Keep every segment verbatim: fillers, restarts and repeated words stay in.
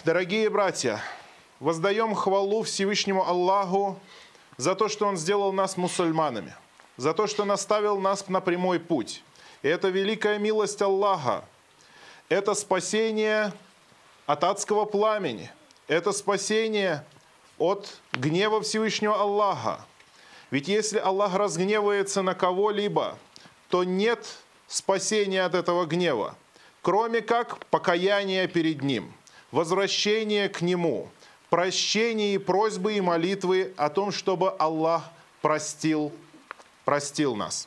дорогие братья, воздаем хвалу Всевышнему Аллаху за то, что Он сделал нас мусульманами, за то, что наставил нас на прямой путь. И это великая милость Аллаха, это спасение от адского пламени, это спасение от гнева Всевышнего Аллаха. Ведь если Аллах разгневается на кого-либо, то нет спасения от этого гнева, кроме как покаяния перед Ним, возвращение к Нему, прощение и просьбы и молитвы о том, чтобы Аллах простил, простил нас.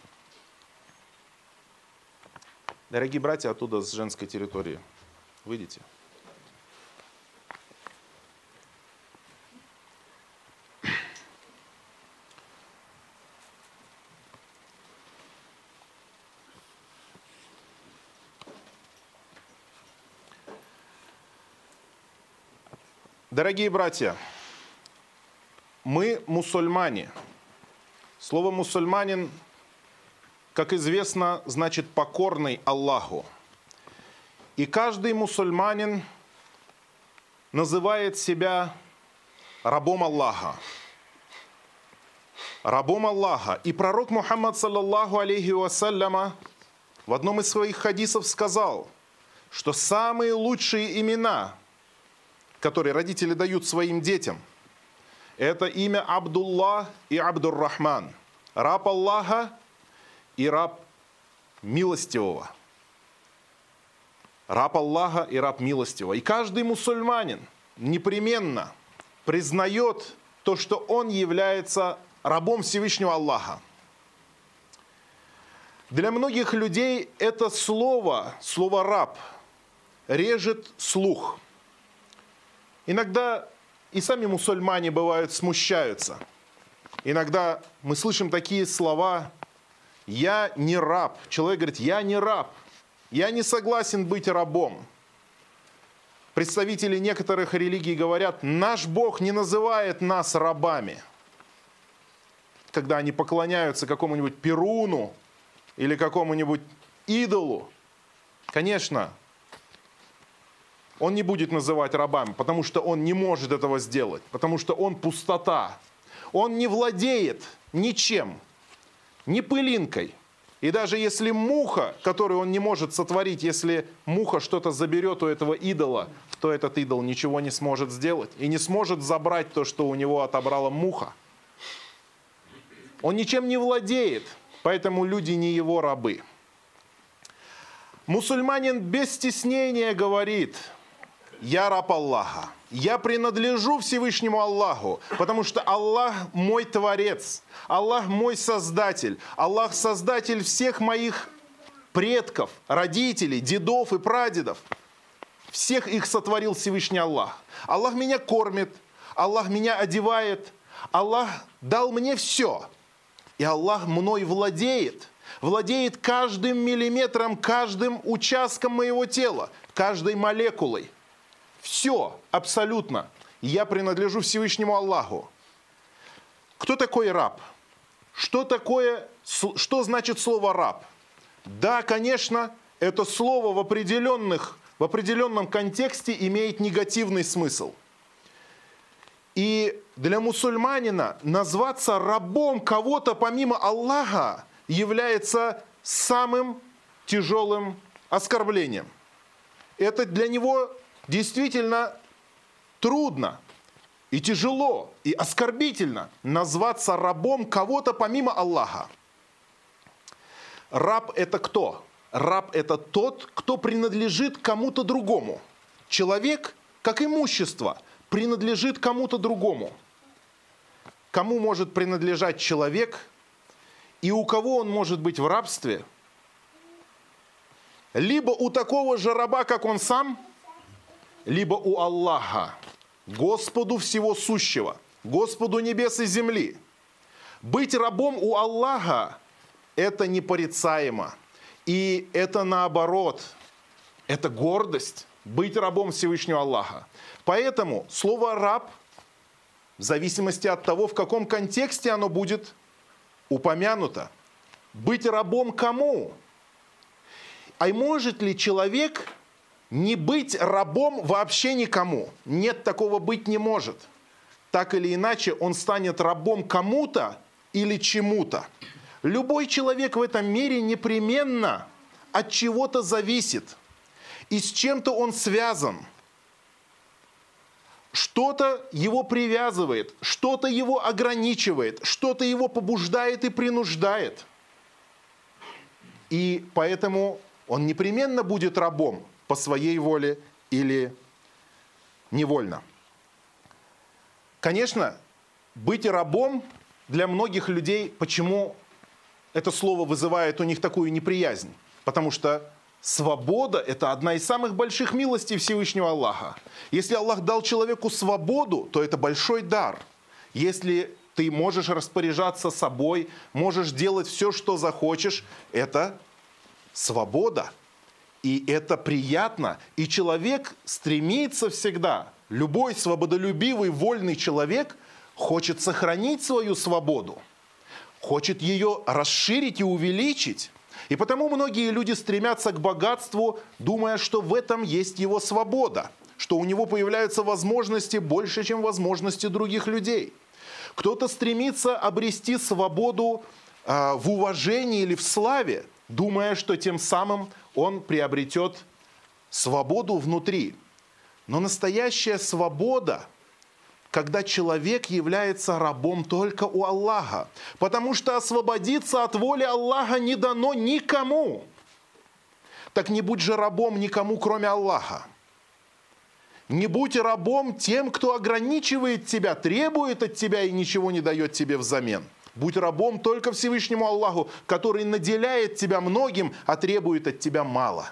Дорогие братья, оттуда с женской территории выйдите. Дорогие братья, мы мусульмане. Слово «мусульманин», как известно, значит «покорный Аллаху». И каждый мусульманин называет себя рабом Аллаха. Рабом Аллаха. И пророк Мухаммад, саллаллаху алейхи вассаляма, в одном из своих хадисов сказал, что самые лучшие имена, которые родители дают своим детям, это имя Абдуллах и Абдур-Рахман. Раб Аллаха и раб милостивого. Раб Аллаха и раб милостивого. И каждый мусульманин непременно признает то, что он является рабом Всевышнего Аллаха. Для многих людей это слово, слово «раб», режет слух. Иногда и сами мусульмане бывают смущаются. Иногда мы слышим такие слова: «Я не раб». Человек говорит: «Я не раб, я не согласен быть рабом». Представители некоторых религий говорят: «Наш Бог не называет нас рабами». Когда они поклоняются какому-нибудь Перуну или какому-нибудь идолу, конечно, он не будет называть рабами, потому что он не может этого сделать, потому что он пустота. Он не владеет ничем, ни пылинкой. И даже если муха, которую он не может сотворить, если муха что-то заберет у этого идола, то этот идол ничего не сможет сделать и не сможет забрать то, что у него отобрала муха. Он ничем не владеет, поэтому люди не его рабы. Мусульманин без стеснения говорит: «Я раб Аллаха, я принадлежу Всевышнему Аллаху, потому что Аллах мой Творец, Аллах мой Создатель, Аллах Создатель всех моих предков, родителей, дедов и прадедов. Всех их сотворил Всевышний Аллах. Аллах меня кормит, Аллах меня одевает, Аллах дал мне все. И Аллах мной владеет, владеет каждым миллиметром, каждым участком моего тела, каждой молекулой. Все, абсолютно. Я принадлежу Всевышнему Аллаху». Кто такой раб? Что такое, что значит слово «раб»? Да, конечно, это слово в, определенных, в определенном контексте имеет негативный смысл. И для мусульманина назваться рабом кого-то помимо Аллаха является самым тяжелым оскорблением. Это для него действительно трудно и тяжело, и оскорбительно назваться рабом кого-то помимо Аллаха. Раб – это кто? Раб – это тот, кто принадлежит кому-то другому. Человек, как имущество, принадлежит кому-то другому. Кому может принадлежать человек и у кого он может быть в рабстве? Либо у такого же раба, как он сам, либо у Аллаха, Господу всего сущего, Господу небес и земли. Быть рабом у Аллаха – это непорицаемо. И это наоборот, это гордость, быть рабом Всевышнего Аллаха. Поэтому слово «раб», в зависимости от того, в каком контексте оно будет упомянуто, быть рабом кому? А может ли человек Не быть рабом вообще никому. Нет, такого быть не может. Так или иначе, он станет рабом кому-то или чему-то. Любой человек в этом мире непременно от чего-то зависит. И с чем-то он связан. Что-то его привязывает, что-то его ограничивает, что-то его побуждает и принуждает. И поэтому он непременно будет рабом по своей воле или невольно. Конечно, быть рабом для многих людей, почему это слово вызывает у них такую неприязнь? Потому что свобода – это одна из самых больших милостей Всевышнего Аллаха. Если Аллах дал человеку свободу, то это большой дар. Если ты можешь распоряжаться собой, можешь делать все, что захочешь, это свобода. И это приятно. И человек стремится всегда, любой свободолюбивый, вольный человек хочет сохранить свою свободу, хочет ее расширить и увеличить. И потому многие люди стремятся к богатству, думая, что в этом есть его свобода, что у него появляются возможности больше, чем возможности других людей. Кто-то стремится обрести свободу э, в уважении или в славе, думая, что тем самым он приобретет свободу внутри. Но настоящая свобода, когда человек является рабом только у Аллаха. Потому что освободиться от воли Аллаха не дано никому. Так не будь же рабом никому, кроме Аллаха. Не будь рабом тем, кто ограничивает тебя, требует от тебя и ничего не дает тебе взамен. Будь рабом только Всевышнему Аллаху, который наделяет тебя многим, а требует от тебя мало.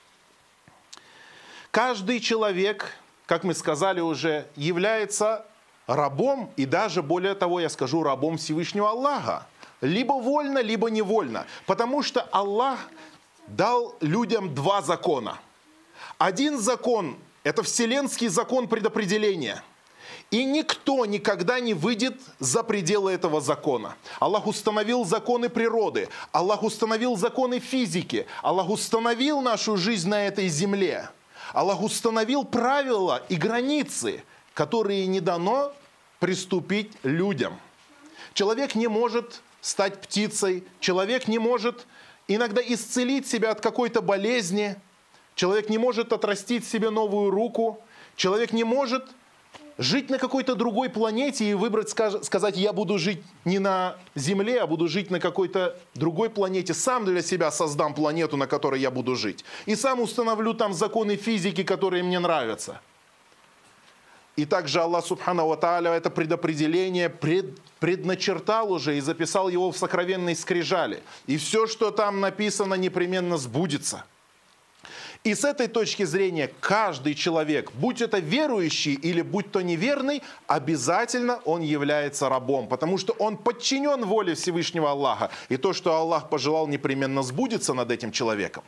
Каждый человек, как мы сказали уже, является рабом, и даже более того, я скажу, рабом Всевышнего Аллаха. Либо вольно, либо невольно. Потому что Аллах дал людям два закона. Один закон – это вселенский закон предопределения. И никто никогда не выйдет за пределы этого закона. Аллах установил законы природы, Аллах установил законы физики, Аллах установил нашу жизнь на этой земле. Аллах установил правила и границы, которые не дано приступить людям. Человек не может стать птицей, человек не может иногда исцелить себя от какой-то болезни, человек не может отрастить себе новую руку, человек не может жить на какой-то другой планете и выбрать, сказать, я буду жить не на Земле, а буду жить на какой-то другой планете. Сам для себя создам планету, на которой я буду жить. И сам установлю там законы физики, которые мне нравятся. И также Аллах Субхану ва Тааля это предопределение пред, предначертал уже и записал его в сокровенной скрижали. И все, что там написано, непременно сбудется. И с этой точки зрения каждый человек, будь это верующий или будь то неверный, обязательно он является рабом, потому что он подчинен воле Всевышнего Аллаха. И то, что Аллах пожелал, непременно сбудется над этим человеком.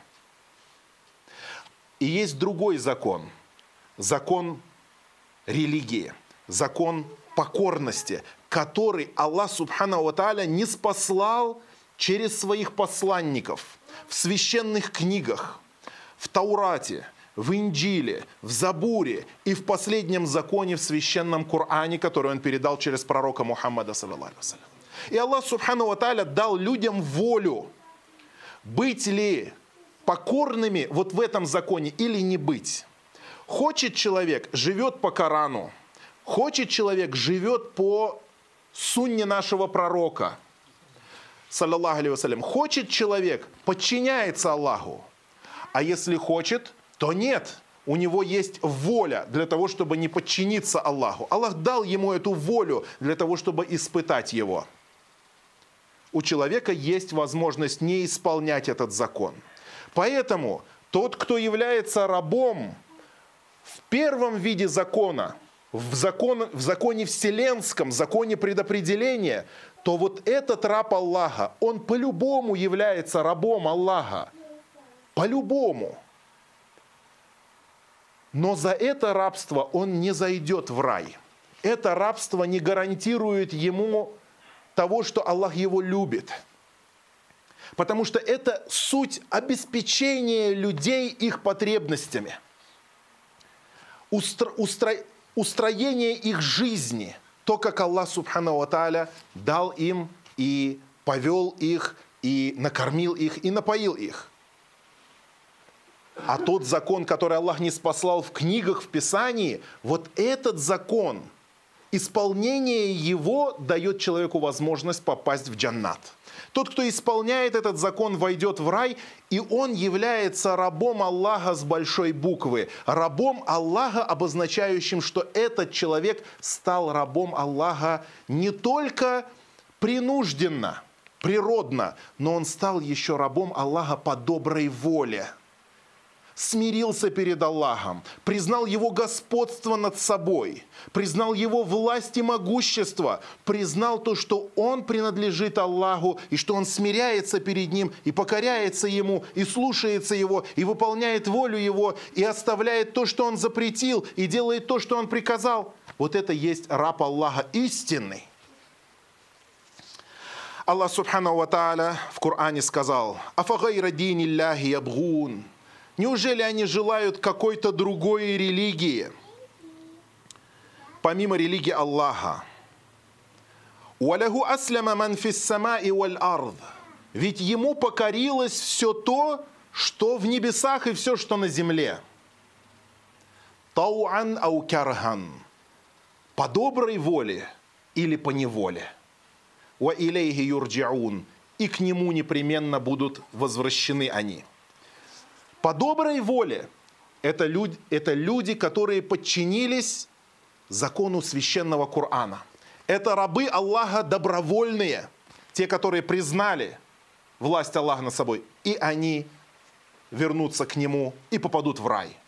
И есть другой закон. Закон религии, закон покорности, который Аллах Субхану ва Тааля не спаслал через своих посланников в священных книгах. В Таурате, в Инджиле, в Забуре и в последнем законе в священном Коране, который он передал через пророка Мухаммада, саллаллаху алейхи ва саллям. И Аллах Субхану ва Тааля дал людям волю, быть ли покорными вот в этом законе или не быть. Хочет человек, живет по Корану, хочет человек, живет по сунне нашего пророка, саллаллаху алейхи ва саллям. Хочет человек, подчиняется Аллаху. А если хочет, то нет. У него есть воля для того, чтобы не подчиниться Аллаху. Аллах дал ему эту волю для того, чтобы испытать его. У человека есть возможность не исполнять этот закон. Поэтому тот, кто является рабом в первом виде закона, в, закон, в законе вселенском, в законе предопределения, то вот этот раб Аллаха, он по-любому является рабом Аллаха. По-любому. Но за это рабство он не зайдет в рай. Это рабство не гарантирует ему того, что Аллах его любит. Потому что это суть обеспечения людей их потребностями. устро, устро, устроение их жизни, то, как Аллах Субхану ва Тааля дал им и повел их, и накормил их, и напоил их. А тот закон, который Аллах не спаслал в книгах, в Писании, вот этот закон, исполнение его дает человеку возможность попасть в джаннат. Тот, кто исполняет этот закон, войдет в рай, и он является рабом Аллаха с большой буквы. Рабом Аллаха, обозначающим, что этот человек стал рабом Аллаха не только принужденно, природно, но он стал еще рабом Аллаха по доброй воле. Смирился перед Аллахом, признал Его господство над собой, признал Его власть и могущество, признал то, что Он принадлежит Аллаху, и что Он смиряется перед Ним, и покоряется Ему, и слушается Его, и выполняет волю Его, и оставляет то, что Он запретил, и делает то, что Он приказал. Вот это есть раб Аллаха истинный. Аллах Субхану ва Тааля в Коране сказал: «Афагайра дини Аллахи ябгун». Неужели они желают какой-то другой религии, помимо религии Аллаха? «Уаляху асляма ман фис самаи валь ард». Ведь ему покорилось все то, что в небесах, и все, что на земле. «Тауан ау кархан». По доброй воле или по неволе. «Ва илейхи юрджиун». И к нему непременно будут возвращены они. По доброй воле это люди, это люди, которые подчинились закону священного Корана. Это рабы Аллаха добровольные, те, которые признали власть Аллаха над собой, и они вернутся к Нему и попадут в рай.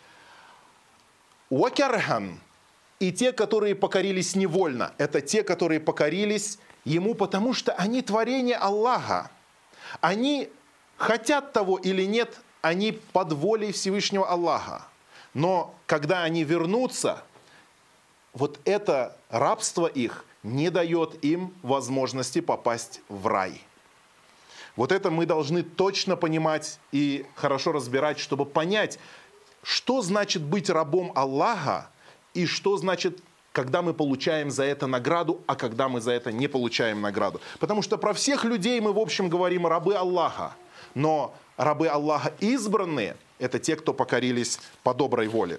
Уакярхан, и те, которые покорились невольно, это те, которые покорились Ему, потому что они творение Аллаха. Они хотят того или нет, они под волей Всевышнего Аллаха. Но когда они вернутся, вот это рабство их не дает им возможности попасть в рай. Вот это мы должны точно понимать и хорошо разбирать, чтобы понять, что значит быть рабом Аллаха и что значит, когда мы получаем за это награду, а когда мы за это не получаем награду. Потому что про всех людей мы в общем говорим рабы Аллаха, но рабы Аллаха избранные – это те, кто покорились по доброй воле.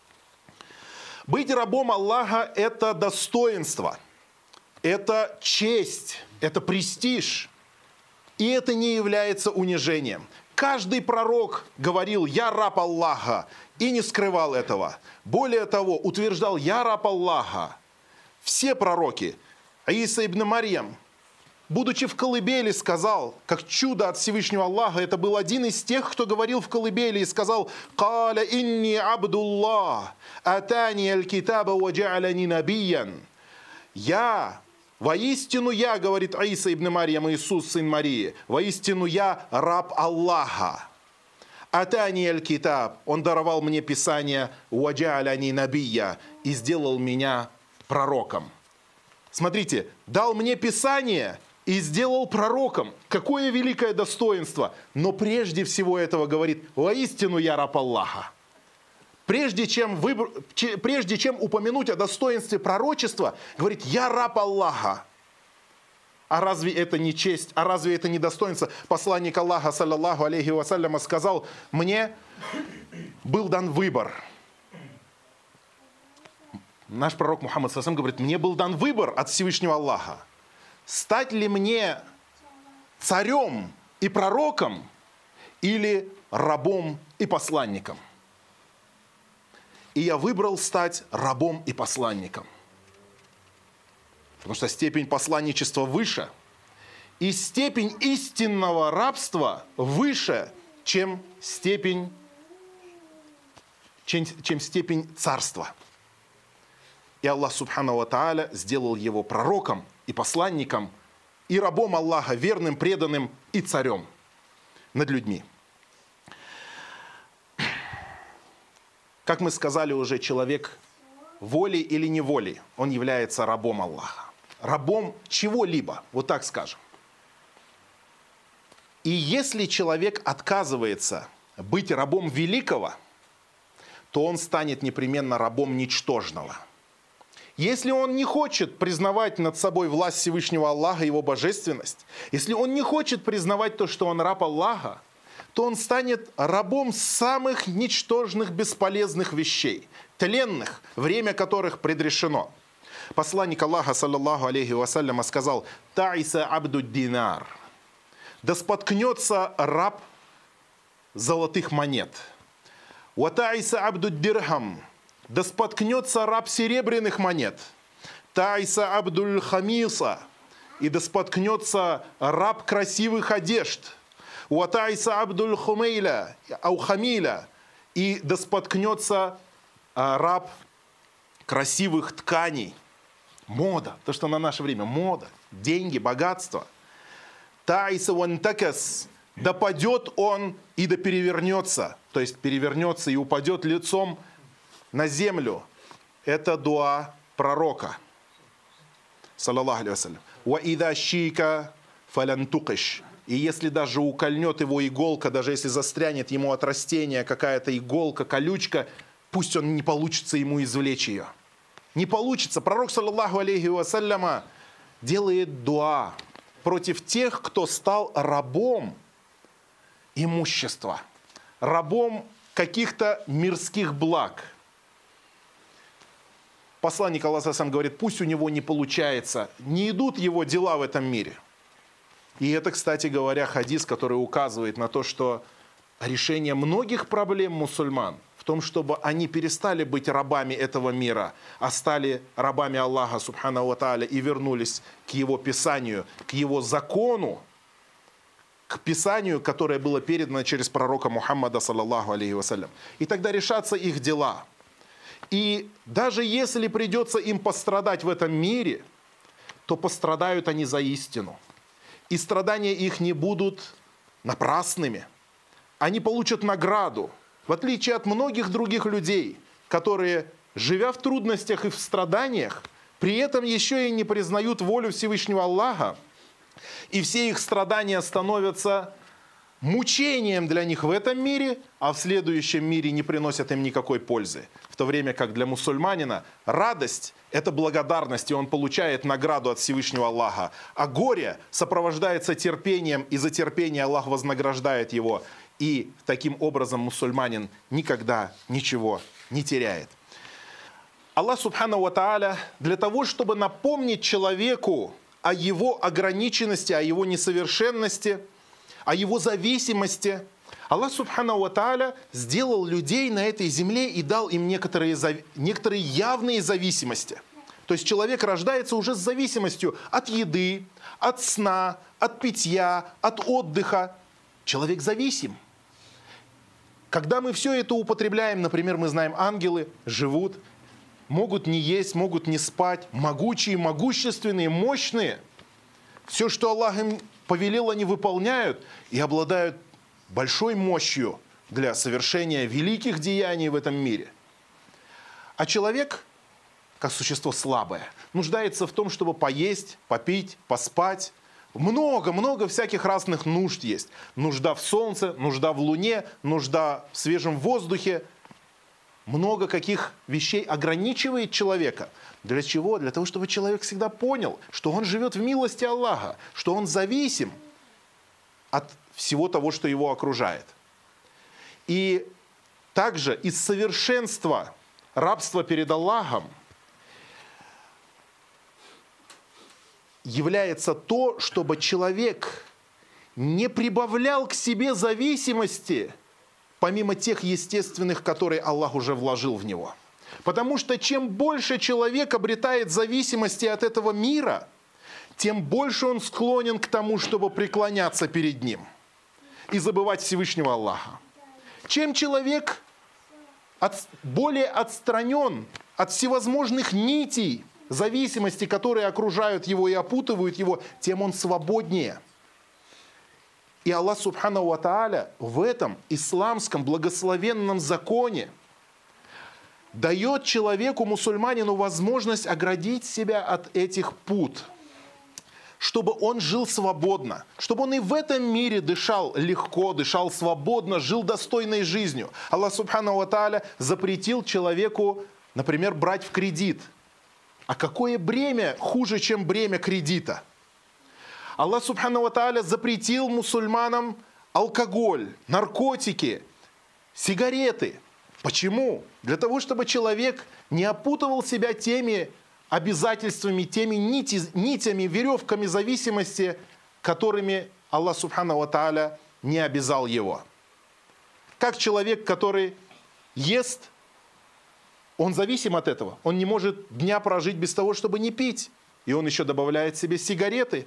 Быть рабом Аллаха – это достоинство, это честь, это престиж. И это не является унижением. Каждый пророк говорил: «Я раб Аллаха», и не скрывал этого. Более того, утверждал: «Я раб Аллаха». Все пророки. Иса ибн Марьям, будучи в колыбели, сказал, как чудо от Всевышнего Аллаха, это был один из тех, кто говорил в колыбели и сказал: «Каля инни абдуллах, атани аль-китаба ва джа'аляни набиян». Я, воистину я, говорит Иса ибн Марьям, Иисус, сын Марии, воистину я раб Аллаха. Атани аль-китаб, он даровал мне Писание, ва джа'аляни набия, и сделал меня пророком. Смотрите, дал мне Писание и сделал пророком. Какое великое достоинство! Но прежде всего этого говорит: воистину я раб Аллаха. Прежде чем, выбор... прежде чем упомянуть о достоинстве пророчества, говорит: я раб Аллаха. А разве это не честь? А разве это не достоинство? Посланник Аллаха, саллаллаху алейхи вассаляма, сказал: мне был дан выбор. Наш пророк Мухаммад саллаллаху алейхи говорит: мне был дан выбор от Всевышнего Аллаха. Стать ли мне царем и пророком или рабом и посланником? И я выбрал стать рабом и посланником. Потому что степень посланничества выше. И степень истинного рабства выше, чем степень, чем, чем степень царства. И Аллах Субхану ва Тааля сделал его пророком и посланником, и рабом Аллаха, верным, преданным и царем над людьми. Как мы сказали уже, человек волей или неволей, он является рабом Аллаха. Рабом чего-либо, вот так скажем. И если человек отказывается быть рабом великого, то он станет непременно рабом ничтожного. Если он не хочет признавать над собой власть Всевышнего Аллаха, его божественность, если он не хочет признавать то, что он раб Аллаха, то он станет рабом самых ничтожных, бесполезных вещей, тленных, время которых предрешено. Посланник Аллаха, саллаллаху алейхи вассаляма, сказал: «Таиса абду динар». Да споткнется раб золотых монет. «Ва таиса абду дирхам». Да споткнется раб серебряных монет. «Таиса абдуль хамиса». И да споткнется раб красивых одежд. «Ва таиса абдуль хумейля», ау хамиля. И да споткнется раб красивых тканей. Мода, то, что на наше время, мода, деньги, богатство. «Таиса вантакас». Да падет он и да перевернется, то есть перевернется и упадет лицом на землю. Это дуа пророка, саллаллаху алейхи вассалям. «Ва ида щика фалянтукиш». И если даже укольнет его иголка, даже если застрянет ему от растения какая-то иголка, колючка, пусть он не получится ему извлечь ее. Не получится. Пророк, саллаллаху алейхи вассаляма, делает дуа против тех, кто стал рабом имущества, рабом каких-то мирских благ. Посланник Аллаха сам говорит: пусть у него не получается, не идут его дела в этом мире. И это, кстати говоря, хадис, который указывает на то, что решение многих проблем мусульман в том, чтобы они перестали быть рабами этого мира, а стали рабами Аллаха, субханаху ва тааля, и вернулись к его писанию, к его закону, к писанию, которое было передано через пророка Мухаммада, саллаллаху алейхи вассалям. И тогда решатся их дела. И даже если придется им пострадать в этом мире, то пострадают они за истину. И страдания их не будут напрасными. Они получат награду, в отличие от многих других людей, которые, живя в трудностях и в страданиях, при этом еще и не признают волю Всевышнего Аллаха, и все их страдания становятся мучением для них в этом мире, а в следующем мире не приносят им никакой пользы. В то время как для мусульманина радость – это благодарность, и он получает награду от Всевышнего Аллаха. А горе сопровождается терпением, и за терпение Аллах вознаграждает его. И таким образом мусульманин никогда ничего не теряет. Аллах, субханаху ва тааля, для того, чтобы напомнить человеку о его ограниченности, о его несовершенности, о его зависимости, Аллах, субханаху ва тааля, сделал людей на этой земле и дал им некоторые, некоторые явные зависимости. То есть человек рождается уже с зависимостью от еды, от сна, от питья, от отдыха. Человек зависим. Когда мы все это употребляем, например, мы знаем, ангелы живут, могут не есть, могут не спать, могучие, могущественные, мощные. Все, что Аллах им повелел, они выполняют и обладают большой мощью для совершения великих деяний в этом мире. А человек, как существо слабое, нуждается в том, чтобы поесть, попить, поспать. Много-много всяких разных нужд есть. Нужда в солнце, нужда в луне, нужда в свежем воздухе. Много каких вещей ограничивает человека. Для чего? Для того, чтобы человек всегда понял, что он живет в милости Аллаха, что он зависим от всего того, что его окружает. И также из совершенства рабства перед Аллахом является то, чтобы человек не прибавлял к себе зависимости, помимо тех естественных, которые Аллах уже вложил в него. Потому что чем больше человек обретает зависимости от этого мира, тем больше он склонен к тому, чтобы преклоняться перед ним и забывать Всевышнего Аллаха. Чем человек от, более отстранен от всевозможных нитей зависимости, которые окружают его и опутывают его, тем он свободнее. И Аллах, субханаху ва тааля, в этом исламском благословенном законе дает человеку, мусульманину, возможность оградить себя от этих пут. чтобы он жил свободно, чтобы он и в этом мире дышал легко, дышал свободно, жил достойной жизнью. Аллах Субхану ва Тааля запретил человеку, например, брать в кредит. А какое бремя хуже, чем бремя кредита? Аллах Субхану ва Тааля запретил мусульманам алкоголь, наркотики, сигареты. Почему? Для того, чтобы человек не опутывал себя теми обязательствами, теми нити, нитями, веревками зависимости, которыми Аллах Субхану ва Тааля не обязал его. Как человек, который ест, он зависим от этого. Он не может дня прожить без того, чтобы не пить. И он еще добавляет себе сигареты.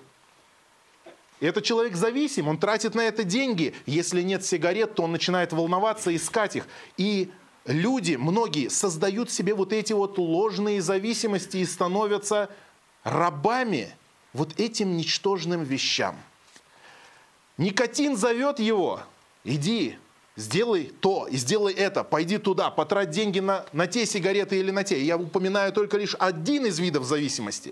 И этот человек зависим, он тратит на это деньги. Если нет сигарет, то он начинает волноваться, искать их. И люди, многие, создают себе вот эти вот ложные зависимости и становятся рабами вот этим ничтожным вещам. Никотин зовет его: иди, сделай то и сделай это, пойди туда, потрать деньги на, на те сигареты или на те. Я упоминаю только лишь один из видов зависимости.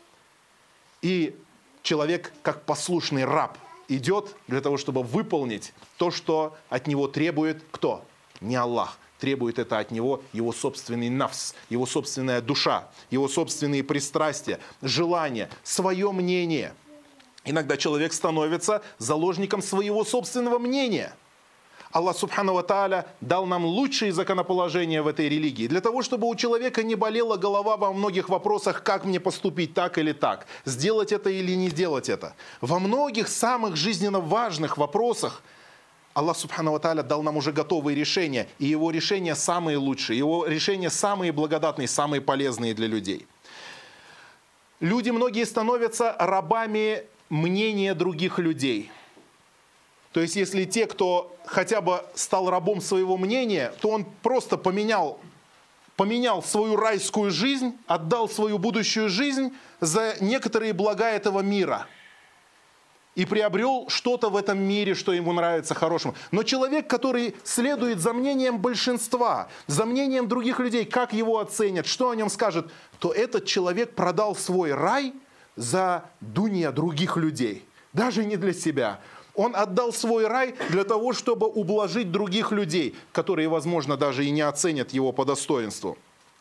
И человек, как послушный раб, идет для того, чтобы выполнить то, что от него требует кто? Не Аллах. Требует это от него его собственный нафс, его собственная душа, его собственные пристрастия, желания, свое мнение. Иногда человек становится заложником своего собственного мнения. Аллах Субхану ва Тааля дал нам лучшие законоположения в этой религии, для того, чтобы у человека не болела голова во многих вопросах, как мне поступить, так или так, сделать это или не сделать это. Во многих самых жизненно важных вопросах Аллах Субхану ва Тааля дал нам уже готовые решения, и его решения самые лучшие, его решения самые благодатные, самые полезные для людей. Люди многие становятся рабами мнения других людей. То есть, если те, кто хотя бы стал рабом своего мнения, то он просто поменял, поменял свою райскую жизнь, отдал свою будущую жизнь за некоторые блага этого мира. И приобрел что-то в этом мире, что ему нравится хорошему. Но человек, который следует за мнением большинства, за мнением других людей, как его оценят, что о нем скажут, то этот человек продал свой рай за дунья других людей. Даже не для себя. Он отдал свой рай для того, чтобы ублажить других людей, которые, возможно, даже и не оценят его по достоинству.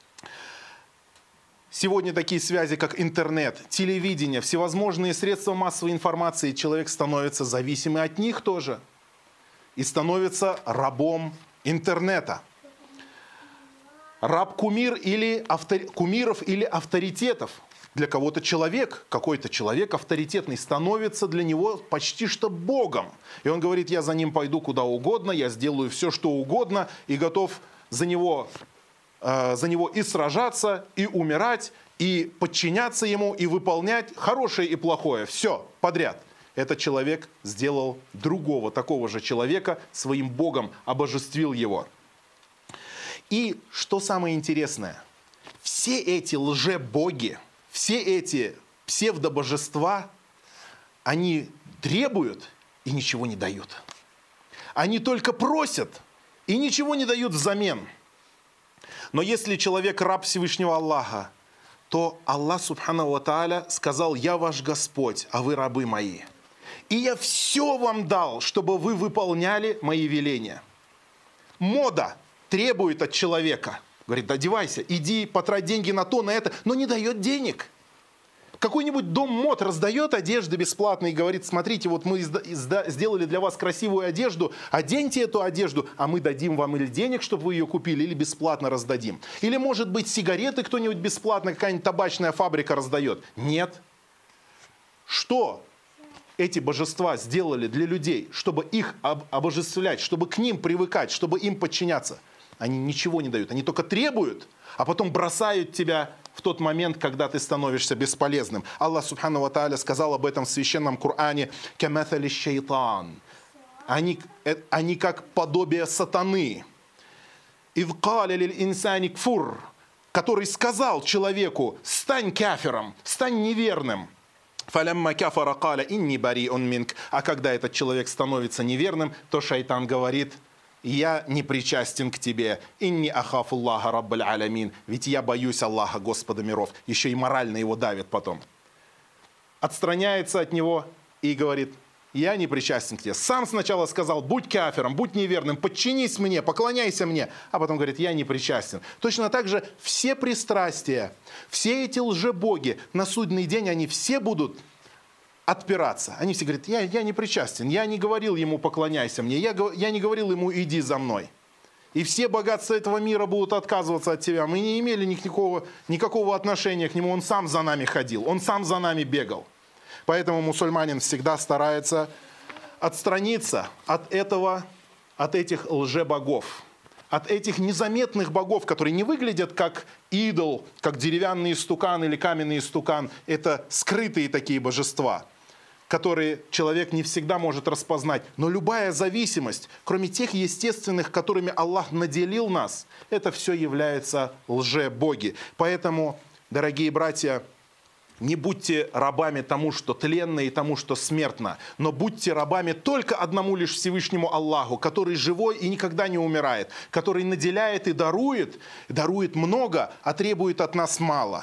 Сегодня такие связи, как интернет, телевидение, всевозможные средства массовой информации, человек становится зависимым от них тоже. И становится рабом интернета. Раб кумир или автор... кумиров или авторитетов. Для кого-то человек, какой-то человек авторитетный, становится для него почти что Богом. И он говорит: я за ним пойду куда угодно, я сделаю все, что угодно, и готов за него, э, за него и сражаться, и умирать, и подчиняться ему, и выполнять хорошее и плохое. Все подряд. Этот человек сделал другого, такого же человека своим Богом, обожествил его. И что самое интересное, все эти лжебоги, все эти псевдобожества, они требуют и ничего не дают. Они только просят и ничего не дают взамен. Но если человек раб Всевышнего Аллаха, то Аллах Субхану ва Тааля сказал: я ваш Господь, а вы рабы мои. И я все вам дал, чтобы вы выполняли мои веления. Мода требует от человека. Говорит: одевайся, иди, потрать деньги на то, на это, но не дает денег. Какой-нибудь дом мод раздает одежды бесплатно и говорит: смотрите, вот мы сделали для вас красивую одежду, оденьте эту одежду, а мы дадим вам или денег, чтобы вы ее купили, или бесплатно раздадим. Или, может быть, сигареты кто-нибудь бесплатно, какая-нибудь табачная фабрика раздает. Нет. Что эти божества сделали для людей, чтобы их обожествлять, чтобы к ним привыкать, чтобы им подчиняться? Они ничего не дают, они только требуют, а потом бросают тебя в тот момент, когда ты становишься бесполезным. Аллах Субхану ва Тааля сказал об этом в священном Коране: «Каматали шайтан». Они, они как подобие сатаны. «Идh каля лиль инсани кфур», который сказал человеку: стань кафиром, стань неверным. «Фалямма кафара каля инни бариун минк». А когда этот человек становится неверным, то шайтан говорит: я не причастен к тебе. Инни ахафуллаха раббаль алямин. Ведь я боюсь Аллаха, Господа миров. Еще и морально его давит потом. отстраняется от него и говорит: я не причастен к тебе. Сам сначала сказал: будь кафиром, будь неверным, подчинись мне, поклоняйся мне. А потом говорит: я не причастен. Точно так же все пристрастия, все эти лжебоги на судный день, они все будут отпираться. Они все говорят: я, я не причастен, я не говорил ему: поклоняйся мне, я, я не говорил ему: иди за мной. И все богатства этого мира будут отказываться от тебя. Мы не имели никакого, никакого отношения к нему, он сам за нами ходил, он сам за нами бегал. Поэтому мусульманин всегда старается отстраниться от этого, от этих лжебогов, от этих незаметных богов, которые не выглядят как идол, как деревянный истукан или каменный истукан. Это скрытые такие божества, которые человек не всегда может распознать. Но любая зависимость, кроме тех естественных, которыми Аллах наделил нас, это все является лжебоги. Поэтому, дорогие братья, не будьте рабами тому, что тленно, и тому, что смертно, но будьте рабами только одному лишь Всевышнему Аллаху, который живой и никогда не умирает, который наделяет и дарует, дарует много, а требует от нас мало.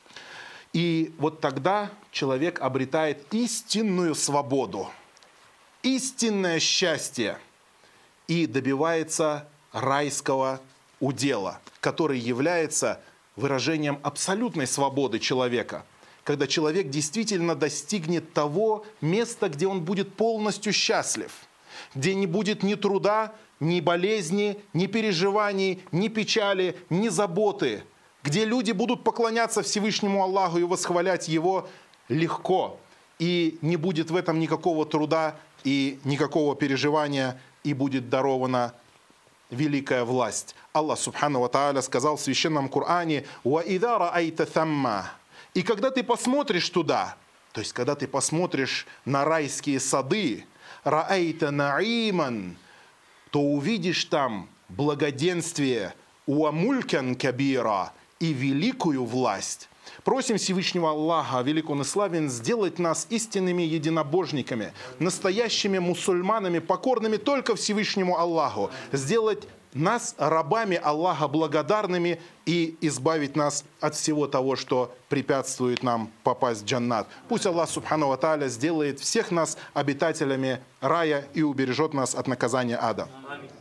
И вот тогда человек обретает истинную свободу, истинное счастье и добивается райского удела, который является выражением абсолютной свободы человека. Когда человек действительно достигнет того места, где он будет полностью счастлив, где не будет ни труда, ни болезни, ни переживаний, ни печали, ни заботы, где люди будут поклоняться Всевышнему Аллаху и восхвалять Его легко, и не будет в этом никакого труда и никакого переживания, и будет дарована великая власть. Аллах Субхану ва Тааля сказал в Священном Коране: «Ва ида раайта тамма». И когда ты посмотришь туда, то есть когда ты посмотришь на райские сады, раайта наиман, то увидишь там благоденствие, уамулькан кабира, и великую власть. Просим Всевышнего Аллаха, велик Он и славен, сделать нас истинными единобожниками, настоящими мусульманами, покорными только Всевышнему Аллаху, сделать нас рабами Аллаха благодарными и избавить нас от всего того, что препятствует нам попасть в джаннат. Пусть Аллах Субхану ва Тааля сделает всех нас обитателями рая и убережет нас от наказания ада.